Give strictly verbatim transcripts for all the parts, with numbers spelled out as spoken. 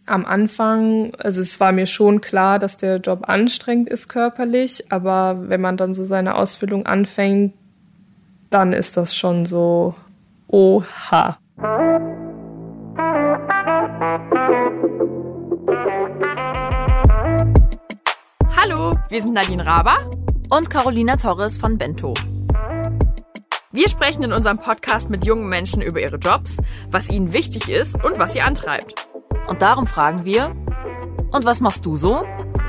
Am Anfang, also es war mir schon klar, dass der Job anstrengend ist körperlich, aber wenn man dann so seine Ausbildung anfängt, dann ist das schon so, oha. Hallo, wir sind Nadine Raber und Carolina Torres von Bento. Wir sprechen in unserem Podcast mit jungen Menschen über ihre Jobs, was ihnen wichtig ist und was sie antreibt. Und darum fragen wir, und was machst du so?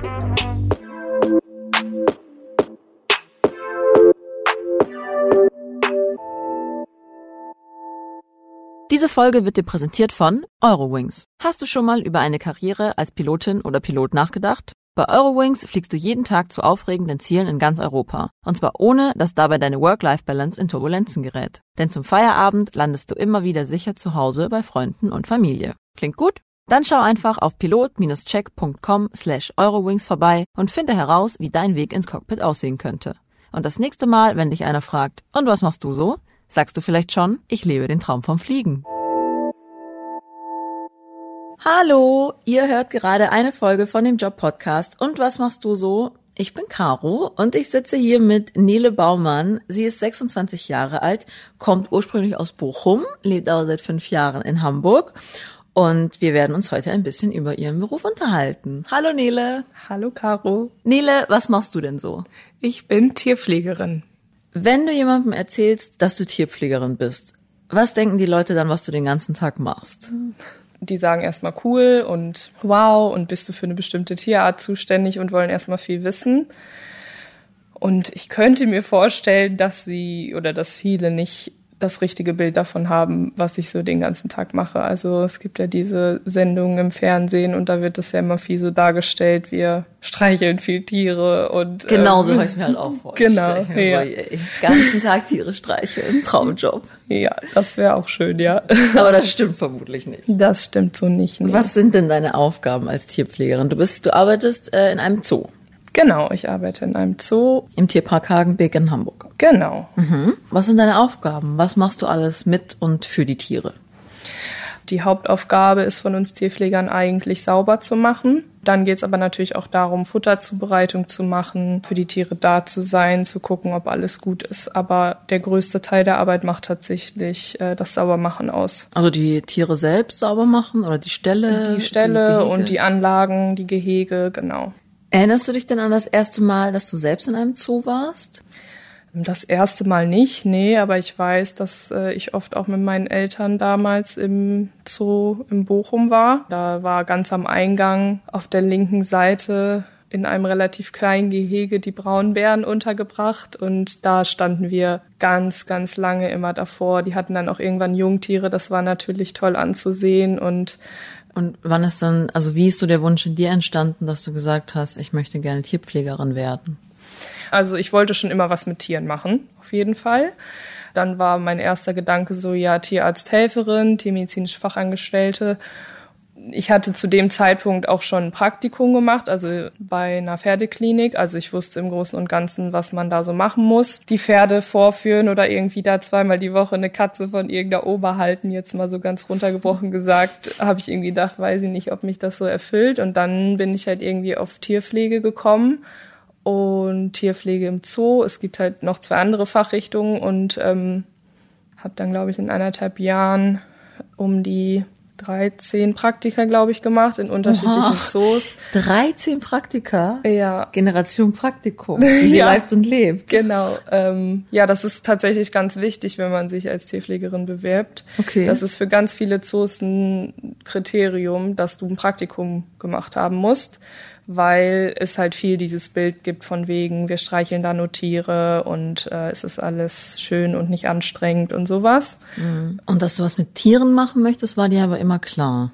Diese Folge wird dir präsentiert von Eurowings. Hast du schon mal über eine Karriere als Pilotin oder Pilot nachgedacht? Bei Eurowings fliegst du jeden Tag zu aufregenden Zielen in ganz Europa. Und zwar ohne, dass dabei deine Work-Life-Balance in Turbulenzen gerät. Denn zum Feierabend landest du immer wieder sicher zu Hause bei Freunden und Familie. Klingt gut? Dann schau einfach auf pilot-check.com slash Eurowings vorbei und finde heraus, wie dein Weg ins Cockpit aussehen könnte. Und das nächste Mal, wenn dich einer fragt, und was machst du so? Sagst du vielleicht schon, ich lebe den Traum vom Fliegen. Hallo, ihr hört gerade eine Folge von dem Job-Podcast. Und was machst du so? Ich bin Caro und ich sitze hier mit Nele Baumann. Sie ist sechsundzwanzig Jahre alt, kommt ursprünglich aus Bochum, lebt aber seit fünf Jahren in Hamburg. Und wir werden uns heute ein bisschen über ihren Beruf unterhalten. Hallo Nele. Hallo Caro. Nele, was machst du denn so? Ich bin Tierpflegerin. Wenn du jemandem erzählst, dass du Tierpflegerin bist, was denken die Leute dann, was du den ganzen Tag machst? Die sagen erstmal cool und wow und bist du für eine bestimmte Tierart zuständig und wollen erstmal viel wissen. Und ich könnte mir vorstellen, dass sie oder dass viele nicht das richtige Bild davon haben, was ich so den ganzen Tag mache. Also es gibt ja diese Sendungen im Fernsehen und da wird das ja immer viel so dargestellt, wir streicheln viel Tiere und genau ähm, so habe ich mir halt auch vorgestellt. Genau, ja. Den ganzen Tag Tiere streicheln, Traumjob. Ja, das wäre auch schön, ja. Aber das stimmt vermutlich nicht. Das stimmt so nicht. Nee. Was sind denn deine Aufgaben als Tierpflegerin? Du bist, du arbeitest äh, in einem Zoo. Genau, ich arbeite in einem Zoo. Im Tierpark Hagenbeek in Hamburg. Genau. Mhm. Was sind deine Aufgaben? Was machst du alles mit und für die Tiere? Die Hauptaufgabe ist von uns Tierpflegern eigentlich sauber zu machen. Dann geht es aber natürlich auch darum, Futterzubereitung zu machen, für die Tiere da zu sein, zu gucken, ob alles gut ist. Aber der größte Teil der Arbeit macht tatsächlich äh, das Saubermachen aus. Also die Tiere selbst sauber machen oder die Ställe? Die Ställe die und die Anlagen, die Gehege, genau. Erinnerst du dich denn an das erste Mal, dass du selbst in einem Zoo warst? Das erste Mal nicht, nee, aber ich weiß, dass äh, ich oft auch mit meinen Eltern damals im Zoo in Bochum war. Da war ganz am Eingang auf der linken Seite in einem relativ kleinen Gehege die Braunbären untergebracht und da standen wir ganz, ganz lange immer davor. Die hatten dann auch irgendwann Jungtiere, das war natürlich toll anzusehen und Und wann ist dann, also wie ist so der Wunsch in dir entstanden, dass du gesagt hast, ich möchte gerne Tierpflegerin werden? Also ich wollte schon immer was mit Tieren machen, auf jeden Fall. Dann war mein erster Gedanke so, ja, Tierarzthelferin, tiermedizinische Fachangestellte. Ich hatte zu dem Zeitpunkt auch schon ein Praktikum gemacht, also bei einer Pferdeklinik. Also ich wusste im Großen und Ganzen, was man da so machen muss. Die Pferde vorführen oder irgendwie da zweimal die Woche eine Katze von irgendeiner Oma halten, jetzt mal so ganz runtergebrochen gesagt, habe ich irgendwie gedacht, weiß ich nicht, ob mich das so erfüllt. Und dann bin ich halt irgendwie auf Tierpflege gekommen und Tierpflege im Zoo. Es gibt halt noch zwei andere Fachrichtungen und ähm, habe dann, glaube ich, in eineinhalb Jahren um die dreizehn Praktika, glaube ich, gemacht in unterschiedlichen Oha. Zoos. dreizehn Praktika? Ja. Generation Praktikum, wie sie ja. lebt und lebt. Genau. Ähm, ja, das ist tatsächlich ganz wichtig, wenn man sich als Tierpflegerin bewirbt. Okay. Das ist für ganz viele Zoos ein Kriterium, dass du ein Praktikum gemacht haben musst, weil es halt viel dieses Bild gibt von wegen, wir streicheln da nur Tiere und äh, es ist alles schön und nicht anstrengend und sowas. Und dass du was mit Tieren machen möchtest, war dir aber immer klar?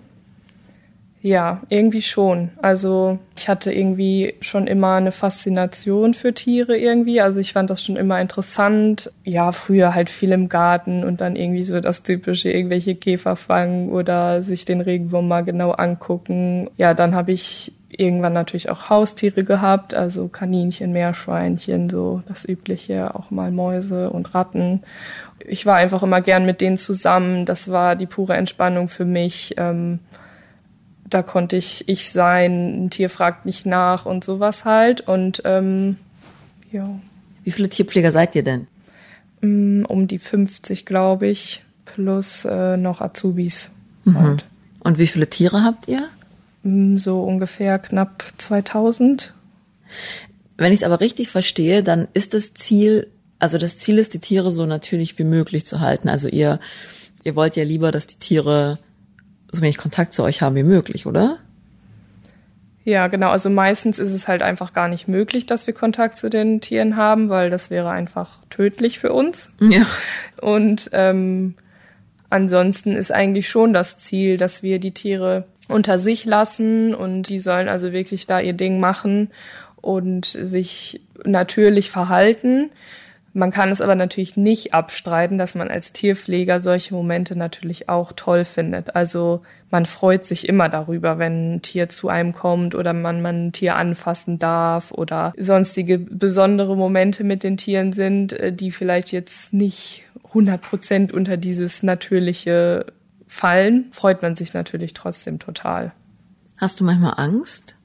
Ja, irgendwie schon. Also ich hatte irgendwie schon immer eine Faszination für Tiere irgendwie. Also ich fand das schon immer interessant. Ja, früher halt viel im Garten und dann irgendwie so das typische, irgendwelche Käfer fangen oder sich den Regenwurm mal genau angucken. Ja, dann habe ich irgendwann natürlich auch Haustiere gehabt, also Kaninchen, Meerschweinchen, so das Übliche, auch mal Mäuse und Ratten. Ich war einfach immer gern mit denen zusammen. Das war die pure Entspannung für mich. Ähm, da konnte ich ich sein, ein Tier fragt nicht nach und sowas halt. Und ähm, ja. Wie viele Tierpfleger seid ihr denn? Um die fünfzig, glaube ich, plus äh, noch Azubis. Mhm. Halt. Und wie viele Tiere habt ihr? So ungefähr knapp zweitausend. Wenn ich es aber richtig verstehe, dann ist das Ziel, also das Ziel ist, die Tiere so natürlich wie möglich zu halten. Also ihr, ihr wollt ja lieber, dass die Tiere so wenig Kontakt zu euch haben wie möglich, oder? Ja, genau. Also meistens ist es halt einfach gar nicht möglich, dass wir Kontakt zu den Tieren haben, weil das wäre einfach tödlich für uns. Ja. Und ähm, ansonsten ist eigentlich schon das Ziel, dass wir die Tiere unter sich lassen und die sollen also wirklich da ihr Ding machen und sich natürlich verhalten. Man kann es aber natürlich nicht abstreiten, dass man als Tierpfleger solche Momente natürlich auch toll findet. Also man freut sich immer darüber, wenn ein Tier zu einem kommt oder man, man ein Tier anfassen darf oder sonstige besondere Momente mit den Tieren sind, die vielleicht jetzt nicht hundert Prozent unter dieses Natürliche fallen, freut man sich natürlich trotzdem total. Hast du manchmal Angst?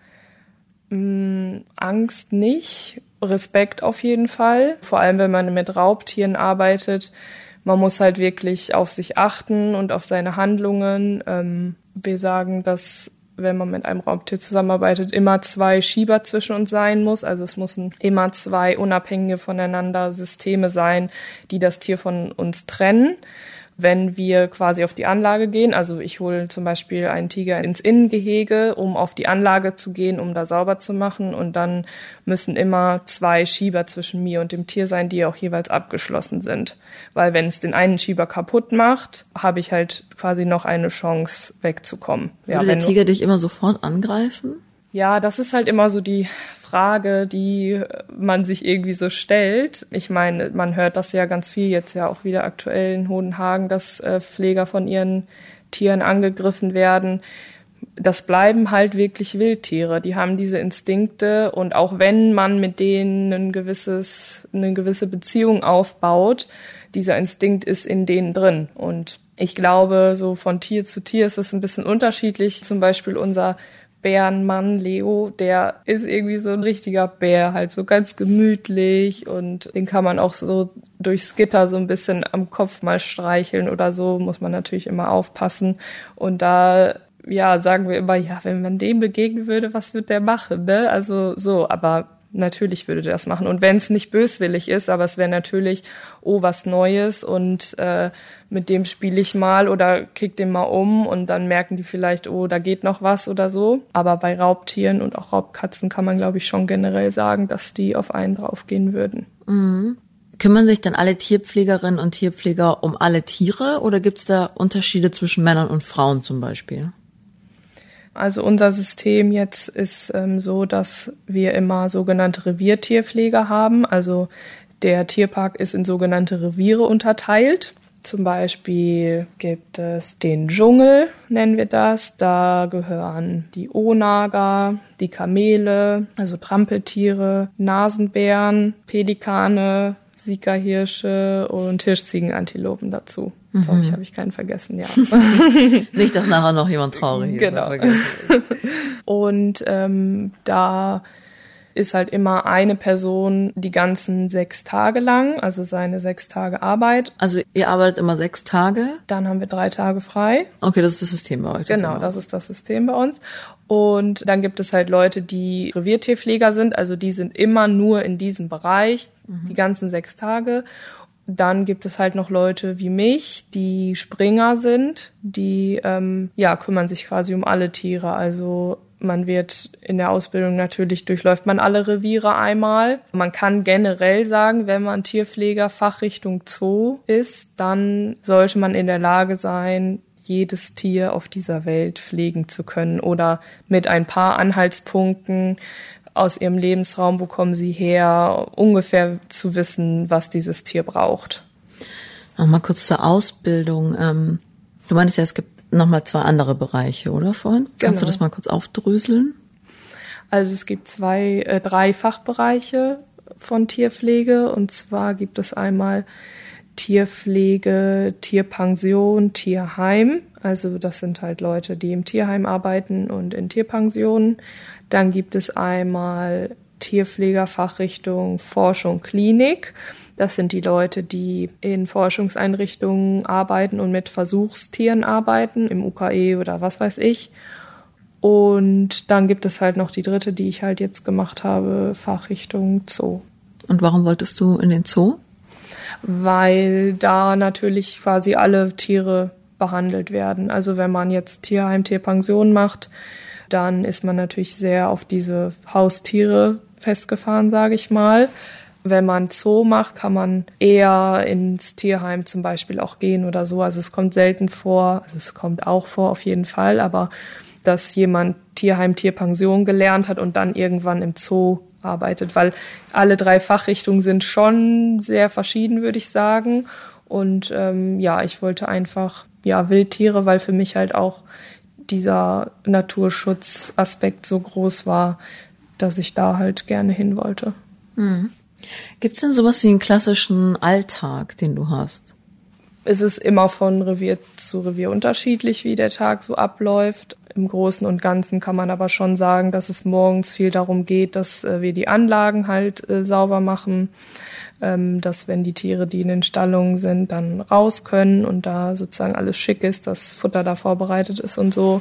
Mm, Angst nicht. Respekt auf jeden Fall, vor allem wenn man mit Raubtieren arbeitet. Man muss halt wirklich auf sich achten und auf seine Handlungen. Ähm, wir sagen, dass wenn man mit einem Raubtier zusammenarbeitet, immer zwei Schieber zwischen uns sein muss. Also es müssen immer zwei unabhängige voneinander Systeme sein, die das Tier von uns trennen. Wenn wir quasi auf die Anlage gehen, also ich hole zum Beispiel einen Tiger ins Innengehege, um auf die Anlage zu gehen, um da sauber zu machen, und dann müssen immer zwei Schieber zwischen mir und dem Tier sein, die auch jeweils abgeschlossen sind. Weil wenn es den einen Schieber kaputt macht, habe ich halt quasi noch eine Chance wegzukommen. Würde ja, der Tiger dich immer sofort angreifen? Ja, das ist halt immer so die Frage, die man sich irgendwie so stellt. Ich meine, man hört das ja ganz viel jetzt ja auch wieder aktuell in Hodenhagen, dass äh, Pfleger von ihren Tieren angegriffen werden. Das bleiben halt wirklich Wildtiere. Die haben diese Instinkte, und auch wenn man mit denen ein gewisses, eine gewisse Beziehung aufbaut, dieser Instinkt ist in denen drin. Und ich glaube, so von Tier zu Tier ist es ein bisschen unterschiedlich. Zum Beispiel unser Bärenmann Leo, der ist irgendwie so ein richtiger Bär, halt so ganz gemütlich, und den kann man auch so durchs Gitter so ein bisschen am Kopf mal streicheln oder so, muss man natürlich immer aufpassen. Und da, ja, sagen wir immer, ja, wenn man dem begegnen würde, was wird der machen, ne? Also so, aber natürlich würde der das machen. Und wenn es nicht böswillig ist, aber es wäre natürlich, oh, was Neues, und äh, mit dem spiele ich mal oder kick den mal um, und dann merken die vielleicht, oh, da geht noch was oder so. Aber bei Raubtieren und auch Raubkatzen kann man, glaube ich, schon generell sagen, dass die auf einen draufgehen würden. Mhm. Kümmern sich dann alle Tierpflegerinnen und Tierpfleger um alle Tiere, oder gibt es da Unterschiede zwischen Männern und Frauen zum Beispiel? Also unser System jetzt ist ähm, so, dass wir immer sogenannte Reviertierpfleger haben. Also der Tierpark ist in sogenannte Reviere unterteilt. Zum Beispiel gibt es den Dschungel, nennen wir das. Da gehören die Onager, die Kamele, also Trampeltiere, Nasenbären, Pelikane, Sikahirsche und Hirschziegenantilopen dazu. Mhm. So, ich habe ich keinen vergessen, ja. Nicht, dass nachher noch jemand traurig ist. Genau. Und ähm, da ist halt immer eine Person die ganzen sechs Tage lang, also seine sechs Tage Arbeit. Also ihr arbeitet immer sechs Tage? Dann haben wir drei Tage frei. Okay, das ist das System bei euch. Das genau, das ist das System bei uns. Und dann gibt es halt Leute, die Reviertierpfleger sind, also die sind immer nur in diesem Bereich, mhm. die ganzen sechs Tage. Dann gibt es halt noch Leute wie mich, die Springer sind, die ähm, ja kümmern sich quasi um alle Tiere. Also man wird in der Ausbildung natürlich, durchläuft man alle Reviere einmal. Man kann generell sagen, wenn man Tierpfleger Fachrichtung Zoo ist, dann sollte man in der Lage sein, jedes Tier auf dieser Welt pflegen zu können oder mit ein paar Anhaltspunkten aus ihrem Lebensraum, wo kommen sie her, ungefähr zu wissen, was dieses Tier braucht. Nochmal kurz zur Ausbildung. Ähm, du meintest ja, es gibt nochmal zwei andere Bereiche, oder vorhin? Genau. Kannst du das mal kurz aufdröseln? Also es gibt zwei, äh, drei Fachbereiche von Tierpflege, und zwar gibt es einmal Tierpflege, Tierpension, Tierheim. Also das sind halt Leute, die im Tierheim arbeiten und in Tierpensionen. Dann gibt es einmal Tierpflegerfachrichtung Forschung Klinik. Das sind die Leute, die in Forschungseinrichtungen arbeiten und mit Versuchstieren arbeiten, im U K E oder was weiß ich. Und dann gibt es halt noch die dritte, die ich halt jetzt gemacht habe, Fachrichtung Zoo. Und warum wolltest du in den Zoo? Weil da natürlich quasi alle Tiere behandelt werden. Also wenn man jetzt Tierheim, Tierpension macht, dann ist man natürlich sehr auf diese Haustiere festgefahren, sage ich mal. Wenn man Zoo macht, kann man eher ins Tierheim zum Beispiel auch gehen oder so. Also es kommt selten vor, also es kommt auch vor auf jeden Fall, aber dass jemand Tierheim, Tierpension gelernt hat und dann irgendwann im Zoo arbeitet, weil alle drei Fachrichtungen sind schon sehr verschieden, würde ich sagen. Und ähm, ja, ich wollte einfach ja Wildtiere, weil für mich halt auch dieser Naturschutzaspekt so groß war, dass ich da halt gerne hin wollte. Mhm. Gibt's denn sowas wie einen klassischen Alltag, den du hast? Es ist immer von Revier zu Revier unterschiedlich, wie der Tag so abläuft. Im Großen und Ganzen kann man aber schon sagen, dass es morgens viel darum geht, dass äh, wir die Anlagen halt äh, sauber machen, ähm, dass wenn die Tiere, die in den Stallungen sind, dann raus können und da sozusagen alles schick ist, das Futter da vorbereitet ist und so.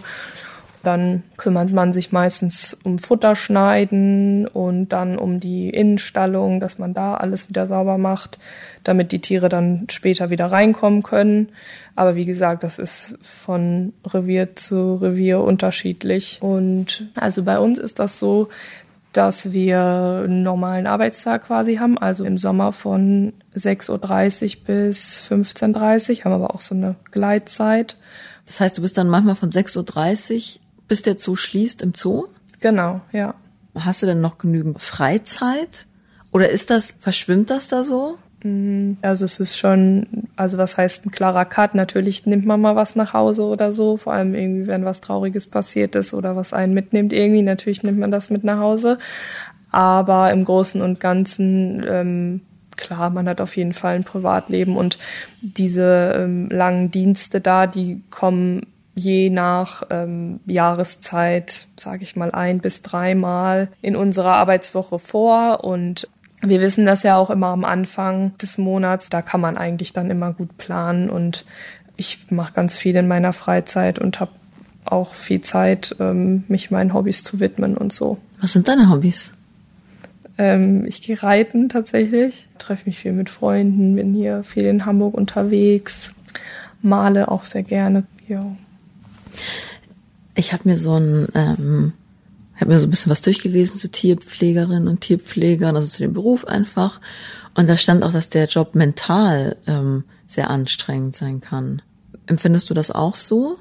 Dann kümmert man sich meistens um Futterschneiden und dann um die Innenstallung, dass man da alles wieder sauber macht, damit die Tiere dann später wieder reinkommen können. Aber wie gesagt, das ist von Revier zu Revier unterschiedlich. Und also bei uns ist das so, dass wir einen normalen Arbeitstag quasi haben, also im Sommer von sechs Uhr dreißig bis fünfzehn Uhr dreißig, haben aber auch so eine Gleitzeit. Das heißt, du bist dann manchmal von sechs Uhr dreißig bis der Zoo schließt im Zoo? Genau, ja. Hast du denn noch genügend Freizeit? Oder ist das, verschwimmt das da so? Also es ist schon, also was heißt ein klarer Cut? Natürlich nimmt man mal was nach Hause oder so, vor allem irgendwie, wenn was Trauriges passiert ist oder was einen mitnimmt irgendwie, natürlich nimmt man das mit nach Hause. Aber im Großen und Ganzen, ähm, klar, man hat auf jeden Fall ein Privatleben und diese ähm, langen Dienste da, die kommen je nach ähm, Jahreszeit, sage ich mal, ein bis dreimal in unserer Arbeitswoche vor. Und wir wissen das ja auch immer am Anfang des Monats. Da kann man eigentlich dann immer gut planen. Und ich mache ganz viel in meiner Freizeit und habe auch viel Zeit, ähm, mich meinen Hobbys zu widmen und so. Was sind deine Hobbys? Ähm, ich gehe reiten tatsächlich, treffe mich viel mit Freunden, bin hier viel in Hamburg unterwegs, male auch sehr gerne. Ja. Ich habe mir so ein, ähm, habe mir so ein bisschen was durchgelesen zu Tierpflegerinnen und Tierpflegern, also zu dem Beruf einfach. Und da stand auch, dass der Job mental ähm, sehr anstrengend sein kann. Empfindest du das auch so?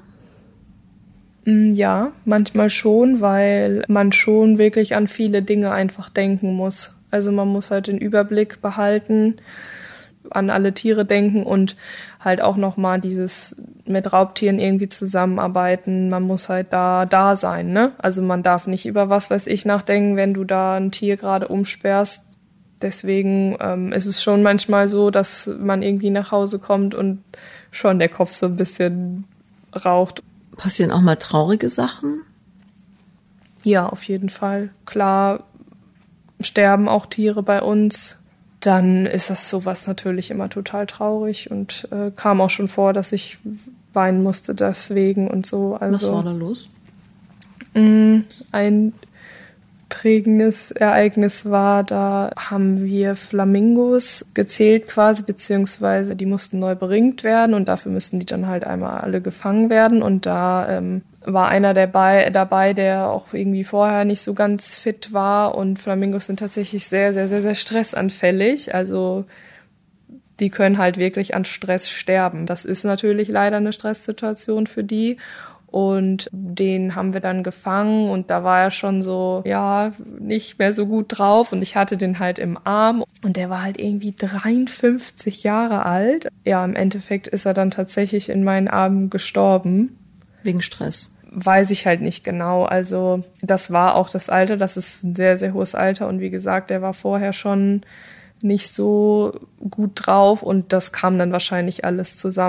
Ja, manchmal schon, weil man schon wirklich an viele Dinge einfach denken muss. Also man muss halt den Überblick behalten, an alle Tiere denken und halt auch nochmal dieses mit Raubtieren irgendwie zusammenarbeiten. Man muss halt da da sein, ne? Also man darf nicht über was weiß ich nachdenken, wenn du da ein Tier gerade umsperrst. Deswegen ähm, ist es schon manchmal so, dass man irgendwie nach Hause kommt und schon der Kopf so ein bisschen raucht. Passieren auch mal traurige Sachen? Ja, auf jeden Fall. Klar sterben auch Tiere bei uns. Dann ist das sowas natürlich immer total traurig und äh, kam auch schon vor, dass ich weinen musste deswegen und so. Also, was war da los? Mh, ein prägendes Ereignis war, da haben wir Flamingos gezählt quasi, beziehungsweise die mussten neu beringt werden und dafür müssten die dann halt einmal alle gefangen werden und da ähm, war einer dabei, dabei, der auch irgendwie vorher nicht so ganz fit war und Flamingos sind tatsächlich sehr, sehr, sehr, sehr stressanfällig, also die können halt wirklich an Stress sterben. Das ist natürlich leider eine Stresssituation für die. Und den haben wir dann gefangen und da war er schon so, ja, nicht mehr so gut drauf und ich hatte den halt im Arm und der war halt irgendwie dreiundfünfzig Jahre alt. Ja, im Endeffekt ist er dann tatsächlich in meinen Armen gestorben. Wegen Stress? Weiß ich halt nicht genau. Also das war auch das Alter, das ist ein sehr, sehr hohes Alter und wie gesagt, der war vorher schon nicht so gut drauf und das kam dann wahrscheinlich alles zusammen.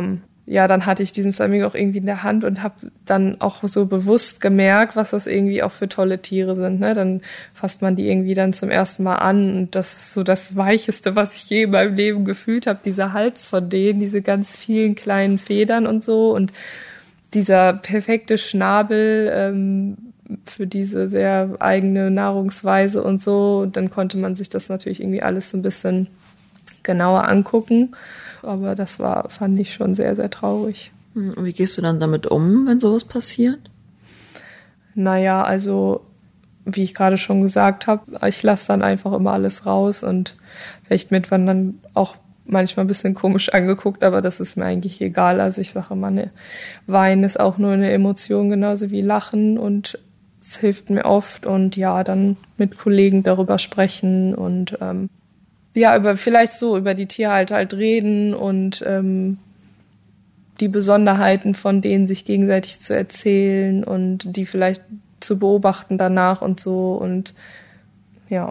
ja, dann hatte ich diesen Flamingo auch irgendwie in der Hand und habe dann auch so bewusst gemerkt, was das irgendwie auch für tolle Tiere sind. Ne? Dann fasst man die irgendwie dann zum ersten Mal an und das ist so das Weicheste, was ich je in meinem Leben gefühlt habe. Dieser Hals von denen, diese ganz vielen kleinen Federn und so und dieser perfekte Schnabel ähm, für diese sehr eigene Nahrungsweise und so. Und dann konnte man sich das natürlich irgendwie alles so ein bisschen genauer angucken. Aber das war, fand ich schon sehr, sehr traurig. Und wie gehst du dann damit um, wenn sowas passiert? Naja, also wie ich gerade schon gesagt habe, ich lasse dann einfach immer alles raus und vielleicht mit man dann auch manchmal ein bisschen komisch angeguckt, aber das ist mir eigentlich egal. Also ich sage immer, ne, Weinen ist auch nur eine Emotion, genauso wie Lachen und es hilft mir oft und ja, dann mit Kollegen darüber sprechen und ähm, ja, über vielleicht so über die Tierhalter halt reden und ähm, die Besonderheiten von denen sich gegenseitig zu erzählen und die vielleicht zu beobachten danach und so und ja.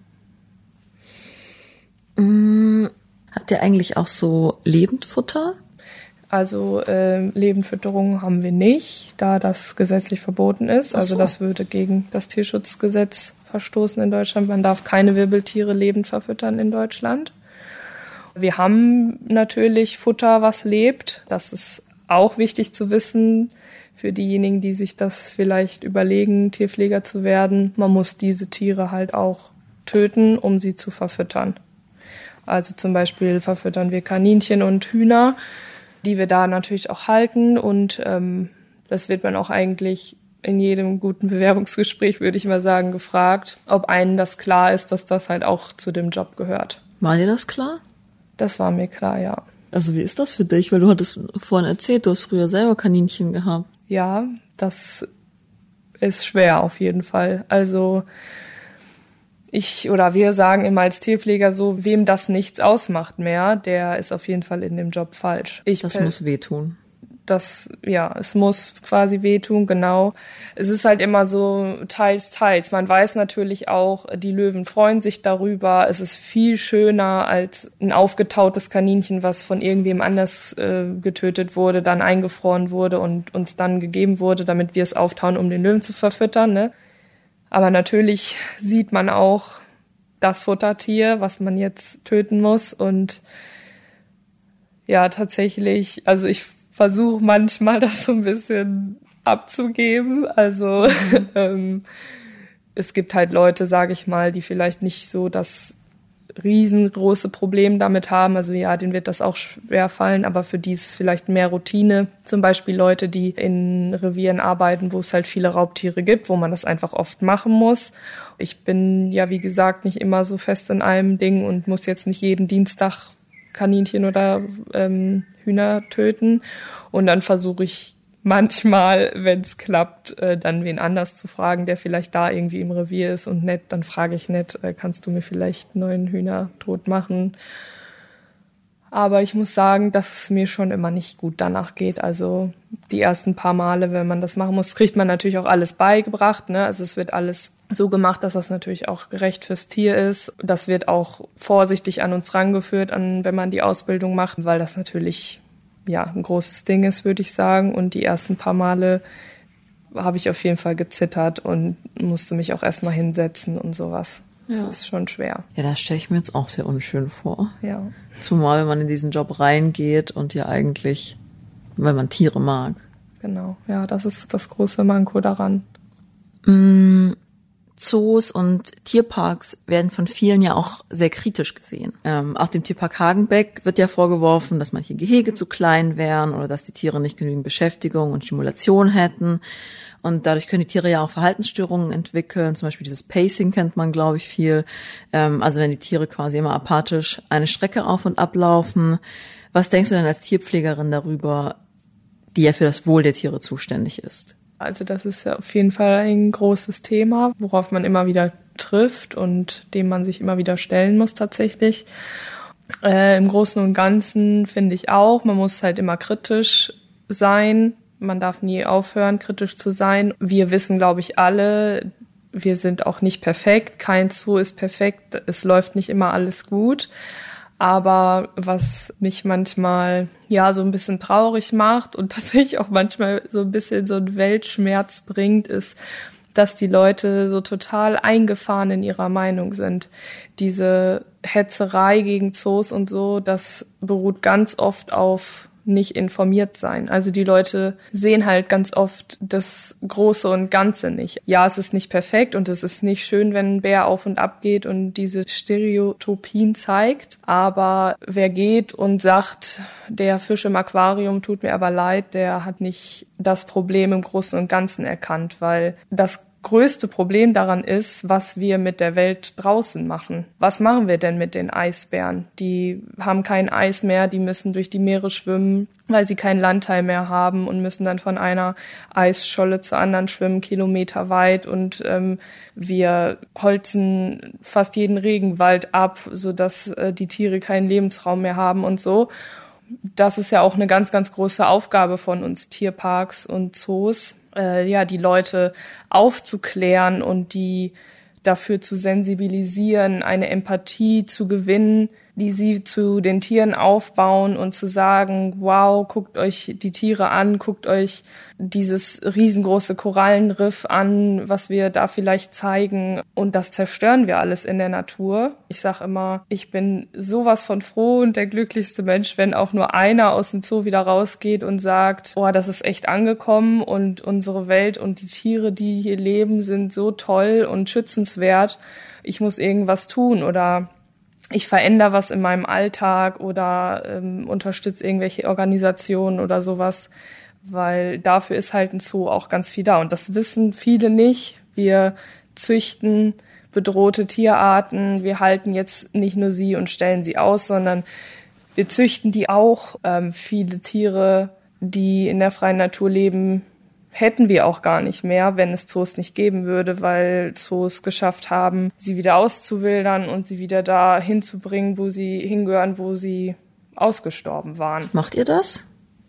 Mm, habt ihr eigentlich auch so Lebendfutter? Also äh, Lebendfütterung haben wir nicht, da das gesetzlich verboten ist. Also das würde gegen das Tierschutzgesetz verstoßen in Deutschland. Man darf keine Wirbeltiere lebend verfüttern in Deutschland. Wir haben natürlich Futter, was lebt. Das ist auch wichtig zu wissen für diejenigen, die sich das vielleicht überlegen, Tierpfleger zu werden. Man muss diese Tiere halt auch töten, um sie zu verfüttern. Also zum Beispiel verfüttern wir Kaninchen und Hühner, die wir da natürlich auch halten. Und ähm, das wird man auch eigentlich in jedem guten Bewerbungsgespräch, würde ich mal sagen, gefragt, ob einem das klar ist, dass das halt auch zu dem Job gehört. War dir das klar? Das war mir klar, ja. Also wie ist das für dich? Weil du hattest vorhin erzählt, du hast früher selber Kaninchen gehabt. Ja, das ist schwer auf jeden Fall. Also ich oder wir sagen immer als Tierpfleger so, wem das nichts ausmacht mehr, der ist auf jeden Fall in dem Job falsch. Ich das muss wehtun. Das, ja, es muss quasi wehtun, genau. Es ist halt immer so teils, teils. Man weiß natürlich auch, die Löwen freuen sich darüber. Es ist viel schöner als ein aufgetautes Kaninchen, was von irgendwem anders äh, getötet wurde, dann eingefroren wurde und uns dann gegeben wurde, damit wir es auftauen, um den Löwen zu verfüttern, ne? Aber natürlich sieht man auch das Futtertier, was man jetzt töten muss. Und ja, tatsächlich, also ich versuche manchmal, das so ein bisschen abzugeben. Also mhm. ähm, es gibt halt Leute, sage ich mal, die vielleicht nicht so das riesengroße Problem damit haben. Also ja, denen wird das auch schwer fallen, aber für die ist es vielleicht mehr Routine. Zum Beispiel Leute, die in Revieren arbeiten, wo es halt viele Raubtiere gibt, wo man das einfach oft machen muss. Ich bin ja, wie gesagt, nicht immer so fest in einem Ding und muss jetzt nicht jeden Dienstag Kaninchen oder ähm, Hühner töten. Und dann versuche ich manchmal, wenn es klappt, äh, dann wen anders zu fragen, der vielleicht da irgendwie im Revier ist und nett, dann frage ich nett, äh, kannst du mir vielleicht neuen Hühner tot machen? Aber ich muss sagen, dass es mir schon immer nicht gut danach geht. Also die ersten paar Male, wenn man das machen muss, kriegt man natürlich auch alles beigebracht, ne? Also es wird alles so gemacht, dass das natürlich auch gerecht fürs Tier ist. Das wird auch vorsichtig an uns rangeführt, an, wenn man die Ausbildung macht, weil das natürlich ja ein großes Ding ist, würde ich sagen. Und die ersten paar Male habe ich auf jeden Fall gezittert und musste mich auch erstmal hinsetzen und sowas. Das ja. ist schon schwer. Ja, das stelle ich mir jetzt auch sehr unschön vor. Ja. Zumal, wenn man in diesen Job reingeht und ja eigentlich, wenn man Tiere mag. Genau, ja, das ist das große Manko daran. Mm, Zoos und Tierparks werden von vielen ja auch sehr kritisch gesehen. Ähm, auch dem Tierpark Hagenbeck wird ja vorgeworfen, dass manche Gehege zu klein wären oder dass die Tiere nicht genügend Beschäftigung und Stimulation hätten. Und dadurch können die Tiere ja auch Verhaltensstörungen entwickeln. Zum Beispiel dieses Pacing kennt man, glaube ich, viel. Ähm, also wenn die Tiere quasi immer apathisch eine Strecke auf und ablaufen. Was denkst du denn als Tierpflegerin darüber, die ja für das Wohl der Tiere zuständig ist? Also das ist ja auf jeden Fall ein großes Thema, worauf man immer wieder trifft und dem man sich immer wieder stellen muss tatsächlich. Äh, im Großen und Ganzen finde ich auch, man muss halt immer kritisch sein. Man darf nie aufhören, kritisch zu sein. Wir wissen, glaube ich, alle, wir sind auch nicht perfekt. Kein Zoo ist perfekt. Es läuft nicht immer alles gut. Aber was mich manchmal ja so ein bisschen traurig macht und tatsächlich auch manchmal so ein bisschen so ein Weltschmerz bringt, ist, dass die Leute so total eingefahren in ihrer Meinung sind. Diese Hetzerei gegen Zoos und so, das beruht ganz oft auf nicht informiert sein. Also die Leute sehen halt ganz oft das Große und Ganze nicht. Ja, es ist nicht perfekt und es ist nicht schön, wenn ein Bär auf und ab geht und diese Stereotypien zeigt. Aber wer geht und sagt, der Fisch im Aquarium tut mir aber leid, der hat nicht das Problem im Großen und Ganzen erkannt, weil das größte Problem daran ist, was wir mit der Welt draußen machen. Was machen wir denn mit den Eisbären? Die haben kein Eis mehr, die müssen durch die Meere schwimmen, weil sie keinen Landteil mehr haben und müssen dann von einer Eisscholle zur anderen schwimmen, kilometerweit. Und ähm, wir holzen fast jeden Regenwald ab, sodass äh, die Tiere keinen Lebensraum mehr haben und so. Das ist ja auch eine ganz, ganz große Aufgabe von uns Tierparks und Zoos, äh, ja, die Leute aufzuklären und die dafür zu sensibilisieren, eine Empathie zu gewinnen, die sie zu den Tieren aufbauen und zu sagen, wow, guckt euch die Tiere an, guckt euch dieses riesengroße Korallenriff an, was wir da vielleicht zeigen, und das zerstören wir alles in der Natur. Ich sage immer, ich bin sowas von froh und der glücklichste Mensch, wenn auch nur einer aus dem Zoo wieder rausgeht und sagt, oh, das ist echt angekommen und unsere Welt und die Tiere, die hier leben, sind so toll und schützenswert. Ich muss irgendwas tun oder ich verändere was in meinem Alltag oder ähm, unterstütze irgendwelche Organisationen oder sowas, weil dafür ist halt ein Zoo auch ganz viel da. Und das wissen viele nicht. Wir züchten bedrohte Tierarten. Wir halten jetzt nicht nur sie und stellen sie aus, sondern wir züchten die auch. Ähm, viele Tiere, die in der freien Natur leben, hätten wir auch gar nicht mehr, wenn es Zoos nicht geben würde, weil Zoos geschafft haben, sie wieder auszuwildern und sie wieder da hinzubringen, wo sie hingehören, wo sie ausgestorben waren. Macht ihr das?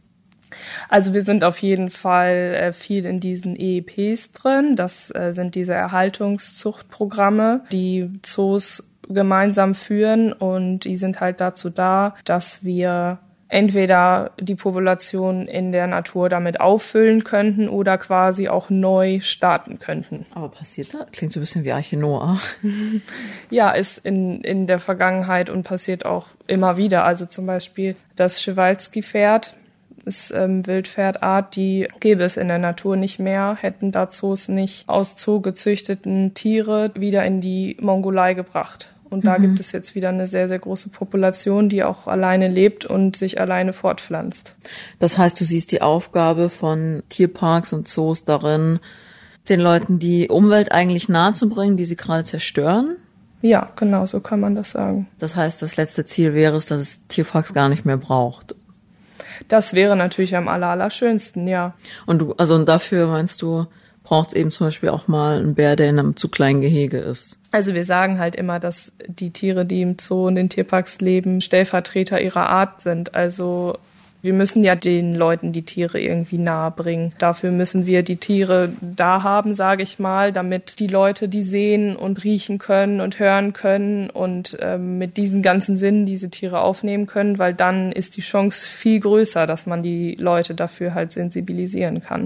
Also wir sind auf jeden Fall äh, viel in diesen E E Ps drin. Das äh, sind diese Erhaltungszuchtprogramme, die Zoos gemeinsam führen, und die sind halt dazu da, dass wir entweder die Population in der Natur damit auffüllen könnten oder quasi auch neu starten könnten. Aber passiert das? Klingt so ein bisschen wie Arche Noah. Ja, ist in, in der Vergangenheit und passiert auch immer wieder. Also zum Beispiel das Przewalski-Pferd ist ähm, Wildpferdart, die gäbe es in der Natur nicht mehr, hätten da Zoos nicht aus Zoo gezüchteten Tiere wieder in die Mongolei gebracht. Und da mhm. gibt es jetzt wieder eine sehr, sehr große Population, die auch alleine lebt und sich alleine fortpflanzt. Das heißt, du siehst die Aufgabe von Tierparks und Zoos darin, den Leuten die Umwelt eigentlich nahezubringen, die sie gerade zerstören? Ja, genau, so kann man das sagen. Das heißt, das letzte Ziel wäre es, dass es Tierparks gar nicht mehr braucht. Das wäre natürlich am aller, allerschönsten, ja. Und du, also und dafür meinst du, braucht es eben zum Beispiel auch mal einen Bär, der in einem zu kleinen Gehege ist? Also wir sagen halt immer, dass die Tiere, die im Zoo und in Tierparks leben, Stellvertreter ihrer Art sind. Also wir müssen ja den Leuten die Tiere irgendwie nahe bringen. Dafür müssen wir die Tiere da haben, sage ich mal, damit die Leute die sehen und riechen können und hören können und ähm, mit diesen ganzen Sinnen diese Tiere aufnehmen können, weil dann ist die Chance viel größer, dass man die Leute dafür halt sensibilisieren kann.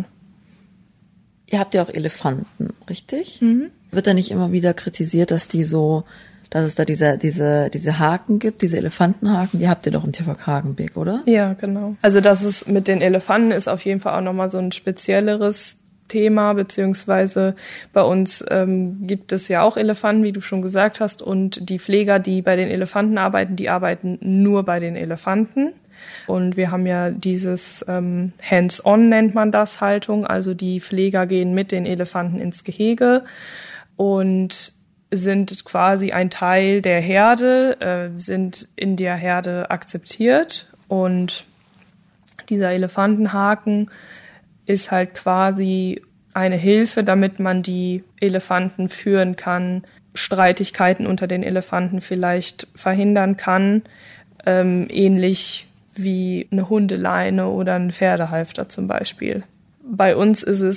Ihr habt ja auch Elefanten, richtig? Mhm. Wird da nicht immer wieder kritisiert, dass die so, dass es da diese, diese, diese Haken gibt, diese Elefantenhaken, die habt ihr doch im Tierpark Hagenbeek, oder? Ja, genau. Also das ist mit den Elefanten ist auf jeden Fall auch nochmal so ein spezielleres Thema, beziehungsweise bei uns ähm, gibt es ja auch Elefanten, wie du schon gesagt hast, und die Pfleger, die bei den Elefanten arbeiten, die arbeiten nur bei den Elefanten. Und wir haben ja dieses ähm, Hands-on nennt man das Haltung, also die Pfleger gehen mit den Elefanten ins Gehege und sind quasi ein Teil der Herde, äh, sind in der Herde akzeptiert, und dieser Elefantenhaken ist halt quasi eine Hilfe, damit man die Elefanten führen kann, Streitigkeiten unter den Elefanten vielleicht verhindern kann, ähm, ähnlich wie eine Hundeleine oder ein Pferdehalfter zum Beispiel. Bei uns ist es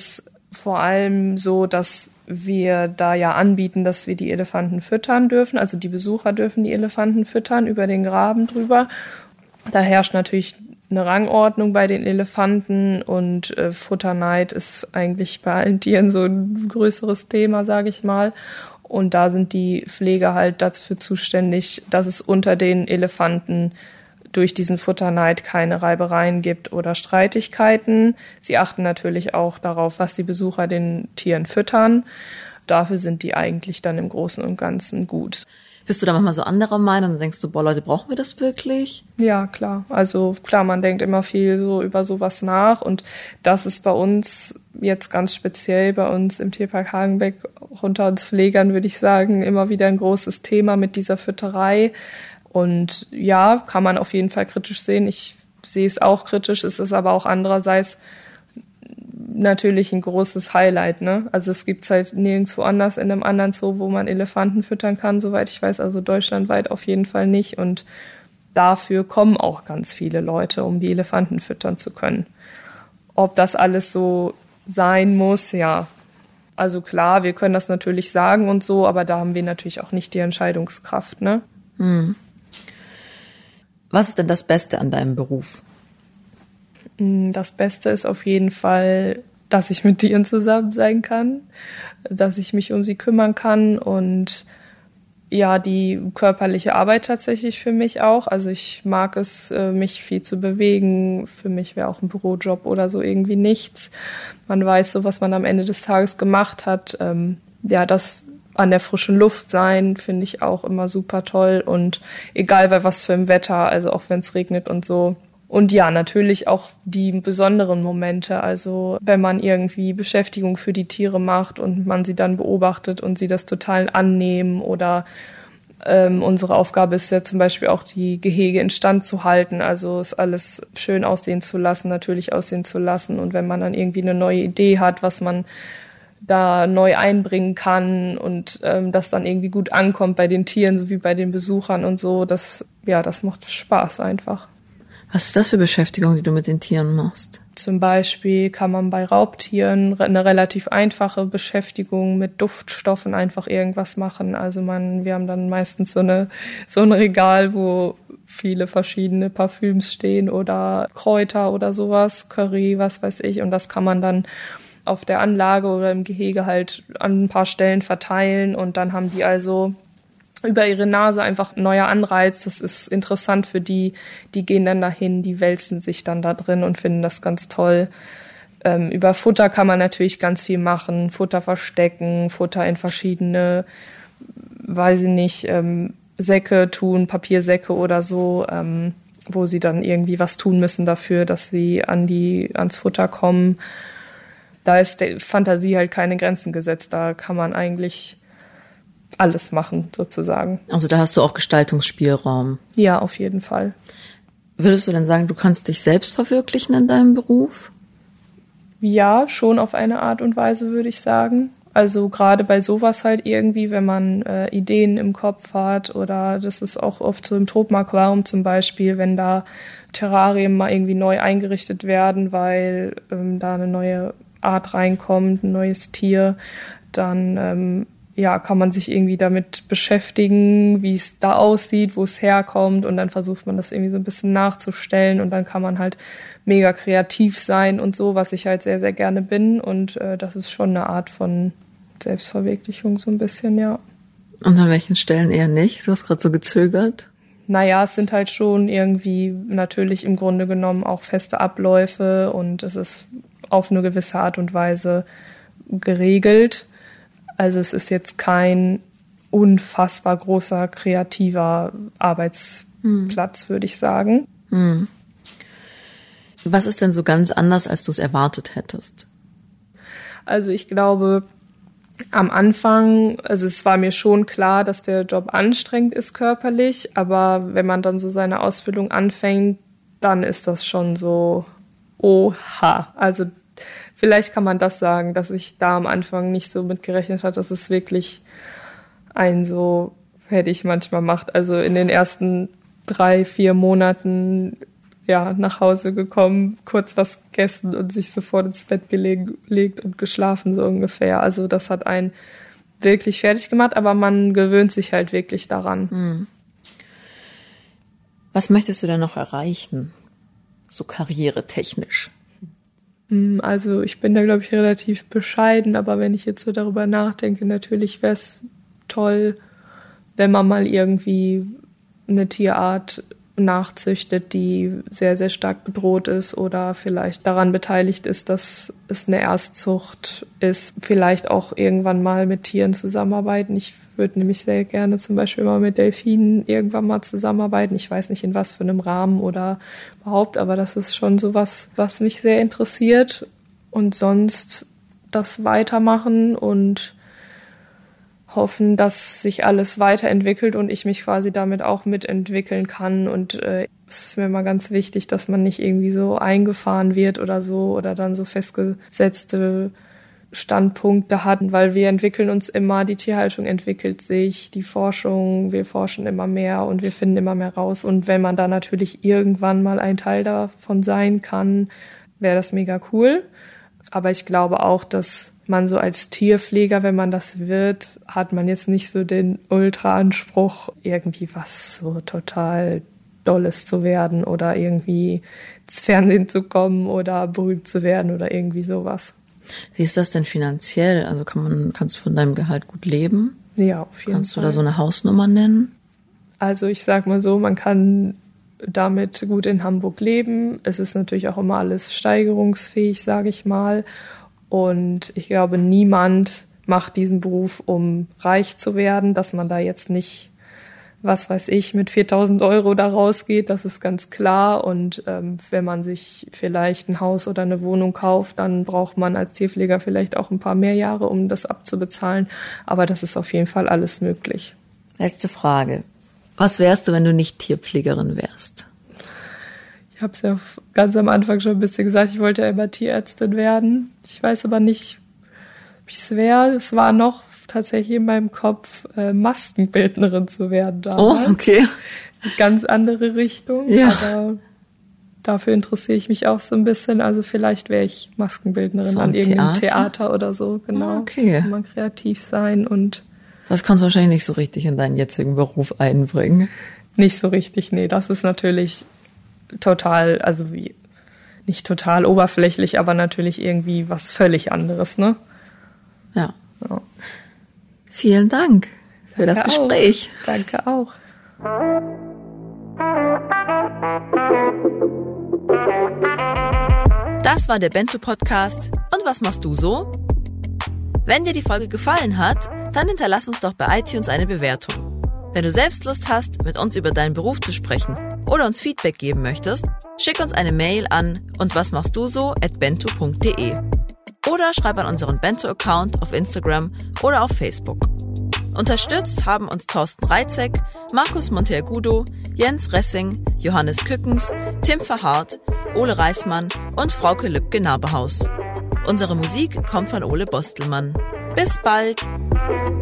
vor allem so, dass wir da ja anbieten, dass wir die Elefanten füttern dürfen. Also die Besucher dürfen die Elefanten füttern über den Graben drüber. Da herrscht natürlich eine Rangordnung bei den Elefanten und äh, Futterneid ist eigentlich bei allen Tieren so ein größeres Thema, sage ich mal. Und da sind die Pfleger halt dafür zuständig, dass es unter den Elefanten durch diesen Futterneid keine Reibereien gibt oder Streitigkeiten. Sie achten natürlich auch darauf, was die Besucher den Tieren füttern. Dafür sind die eigentlich dann im Großen und Ganzen gut. Bist du da manchmal so anderer Meinung und denkst du, boah Leute, brauchen wir das wirklich? Ja, klar. Also klar, man denkt immer viel so über sowas nach und das ist bei uns jetzt ganz speziell bei uns im Tierpark Hagenbeck unter uns Pflegern, würde ich sagen, immer wieder ein großes Thema mit dieser Fütterei. Und ja, kann man auf jeden Fall kritisch sehen. Ich sehe es auch kritisch. Es ist aber auch andererseits natürlich ein großes Highlight, ne? Also es gibt halt nirgendwo anders in einem anderen Zoo, wo man Elefanten füttern kann, soweit ich weiß, also deutschlandweit auf jeden Fall nicht. Und dafür kommen auch ganz viele Leute, um die Elefanten füttern zu können. Ob das alles so sein muss, ja. Also klar, wir können das natürlich sagen und so, aber da haben wir natürlich auch nicht die Entscheidungskraft, ne? Hm. Was ist denn das Beste an deinem Beruf? Das Beste ist auf jeden Fall, dass ich mit Tieren zusammen sein kann, dass ich mich um sie kümmern kann und ja, die körperliche Arbeit tatsächlich für mich auch. Also ich mag es, mich viel zu bewegen. Für mich wäre auch ein Bürojob oder so irgendwie nichts. Man weiß so, was man am Ende des Tages gemacht hat. Ja, das an der frischen Luft sein, finde ich auch immer super toll und egal bei was für einem Wetter, also auch wenn es regnet und so. Und ja, natürlich auch die besonderen Momente, also wenn man irgendwie Beschäftigung für die Tiere macht und man sie dann beobachtet und sie das total annehmen oder ähm, unsere Aufgabe ist ja zum Beispiel auch die Gehege instand zu halten, also es alles schön aussehen zu lassen, natürlich aussehen zu lassen und wenn man dann irgendwie eine neue Idee hat, was man da neu einbringen kann und ähm, das dann irgendwie gut ankommt bei den Tieren sowie bei den Besuchern und so, das, ja, das macht Spaß einfach. Was ist das für Beschäftigung, die du mit den Tieren machst? Zum Beispiel kann man bei Raubtieren eine relativ einfache Beschäftigung mit Duftstoffen einfach irgendwas machen. Also man, wir haben dann meistens so eine so ein Regal, wo viele verschiedene Parfüms stehen oder Kräuter oder sowas, Curry, was weiß ich. Und das kann man dann auf der Anlage oder im Gehege halt an ein paar Stellen verteilen und dann haben die also über ihre Nase einfach ein neuer Anreiz. Das ist interessant für die. Die gehen dann dahin, die wälzen sich dann da drin und finden das ganz toll. Ähm, über Futter kann man natürlich ganz viel machen. Futter verstecken, Futter in verschiedene, weiß ich nicht, ähm, Säcke tun, Papiersäcke oder so, ähm, wo sie dann irgendwie was tun müssen dafür, dass sie an die, ans Futter kommen. Da ist der Fantasie halt keine Grenzen gesetzt. Da kann man eigentlich alles machen, sozusagen. Also da hast du auch Gestaltungsspielraum. Ja, auf jeden Fall. Würdest du denn sagen, du kannst dich selbst verwirklichen in deinem Beruf? Ja, schon auf eine Art und Weise, würde ich sagen. Also gerade bei sowas halt irgendwie, wenn man äh, Ideen im Kopf hat oder das ist auch oft so im Tropenaquarium zum Beispiel, wenn da Terrarien mal irgendwie neu eingerichtet werden, weil ähm, da eine neue Art reinkommt, ein neues Tier, dann ähm, ja, kann man sich irgendwie damit beschäftigen, wie es da aussieht, wo es herkommt und dann versucht man das irgendwie so ein bisschen nachzustellen und dann kann man halt mega kreativ sein und so, was ich halt sehr, sehr gerne bin und äh, das ist schon eine Art von Selbstverwirklichung so ein bisschen, ja. Und an welchen Stellen eher nicht? Du hast gerade so gezögert. Naja, es sind halt schon irgendwie natürlich im Grunde genommen auch feste Abläufe und es ist auf eine gewisse Art und Weise geregelt. Also es ist jetzt kein unfassbar großer kreativer Arbeitsplatz, hm. würde ich sagen. Hm. Was ist denn so ganz anders, als du es erwartet hättest? Also ich glaube, am Anfang, also es war mir schon klar, dass der Job anstrengend ist körperlich, aber wenn man dann so seine Ausbildung anfängt, dann ist das schon so, oha, also vielleicht kann man das sagen, dass ich da am Anfang nicht so mit gerechnet habe, dass es wirklich einen so fertig manchmal macht. Also in den ersten drei, vier Monaten, ja, nach Hause gekommen, kurz was gegessen und sich sofort ins Bett gelegt und geschlafen, so ungefähr. Also das hat einen wirklich fertig gemacht, aber man gewöhnt sich halt wirklich daran. Hm. Was möchtest du denn noch erreichen, so karrieretechnisch? Also ich bin da, glaube ich, relativ bescheiden, aber wenn ich jetzt so darüber nachdenke, natürlich wäre es toll, wenn man mal irgendwie eine Tierart nachzüchtet, die sehr, sehr stark bedroht ist oder vielleicht daran beteiligt ist, dass es eine Erstzucht ist. Vielleicht auch irgendwann mal mit Tieren zusammenarbeiten. Ich würde nämlich sehr gerne zum Beispiel mal mit Delfinen irgendwann mal zusammenarbeiten. Ich weiß nicht, in was für einem Rahmen oder überhaupt, aber das ist schon so was, was mich sehr interessiert. Und sonst das weitermachen und hoffen, dass sich alles weiterentwickelt und ich mich quasi damit auch mitentwickeln kann. Und äh, es ist mir immer ganz wichtig, dass man nicht irgendwie so eingefahren wird oder so oder dann so festgesetzte Standpunkte hat, weil wir entwickeln uns immer, die Tierhaltung entwickelt sich, die Forschung, wir forschen immer mehr und wir finden immer mehr raus. Und wenn man da natürlich irgendwann mal ein Teil davon sein kann, wäre das mega cool. Aber ich glaube auch, dass man so als Tierpfleger, wenn man das wird, hat man jetzt nicht so den Ultra-Anspruch, irgendwie was so total Dolles zu werden oder irgendwie ins Fernsehen zu kommen oder berühmt zu werden oder irgendwie sowas. Wie ist das denn finanziell? Also kann man, kannst du von deinem Gehalt gut leben? Ja, auf jeden Kannst Fall. du da so eine Hausnummer nennen? Also ich sag mal so, man kann damit gut in Hamburg leben. Es ist natürlich auch immer alles steigerungsfähig, sage ich mal. Und ich glaube, niemand macht diesen Beruf, um reich zu werden, dass man da jetzt nicht, was weiß ich, mit viertausend Euro da rausgeht, das ist ganz klar. Und ähm, wenn man sich vielleicht ein Haus oder eine Wohnung kauft, dann braucht man als Tierpfleger vielleicht auch ein paar mehr Jahre, um das abzubezahlen. Aber das ist auf jeden Fall alles möglich. Letzte Frage. Was wärst du, wenn du nicht Tierpflegerin wärst? Ich habe es ja ganz am Anfang schon ein bisschen gesagt, ich wollte ja immer Tierärztin werden. Ich weiß aber nicht, ob ich es wäre. Es war noch tatsächlich in meinem Kopf, äh, Maskenbildnerin zu werden damals. Oh, okay. Eine ganz andere Richtung. Ja. Aber dafür interessiere ich mich auch so ein bisschen. Also vielleicht wäre ich Maskenbildnerin So an irgendeinem Theater? Theater oder so. Genau. Ah, okay. Kann man kreativ sein und Das kannst du wahrscheinlich nicht so richtig in deinen jetzigen Beruf einbringen. nicht so richtig. Nee, das ist natürlich total, also wie, nicht total oberflächlich, aber natürlich irgendwie was völlig anderes, ne? Ja. Ja. Vielen Dank für Danke das Gespräch. Auch. Danke auch. Das war der Bento-Podcast. Und was machst du so? Wenn dir die Folge gefallen hat, dann hinterlass uns doch bei iTunes eine Bewertung. Wenn du selbst Lust hast, mit uns über deinen Beruf zu sprechen oder uns Feedback geben möchtest, schick uns eine Mail an und was machst du so at bento punkt de oder schreib an unseren Bento-Account auf Instagram oder auf Facebook. Unterstützt haben uns Thorsten Reitzek, Markus Monteagudo, Jens Ressing, Johannes Kückens, Tim Verhardt, Ole Reismann und Frauke Lübke-Nabehaus. Unsere Musik kommt von Ole Bostelmann. Bis bald!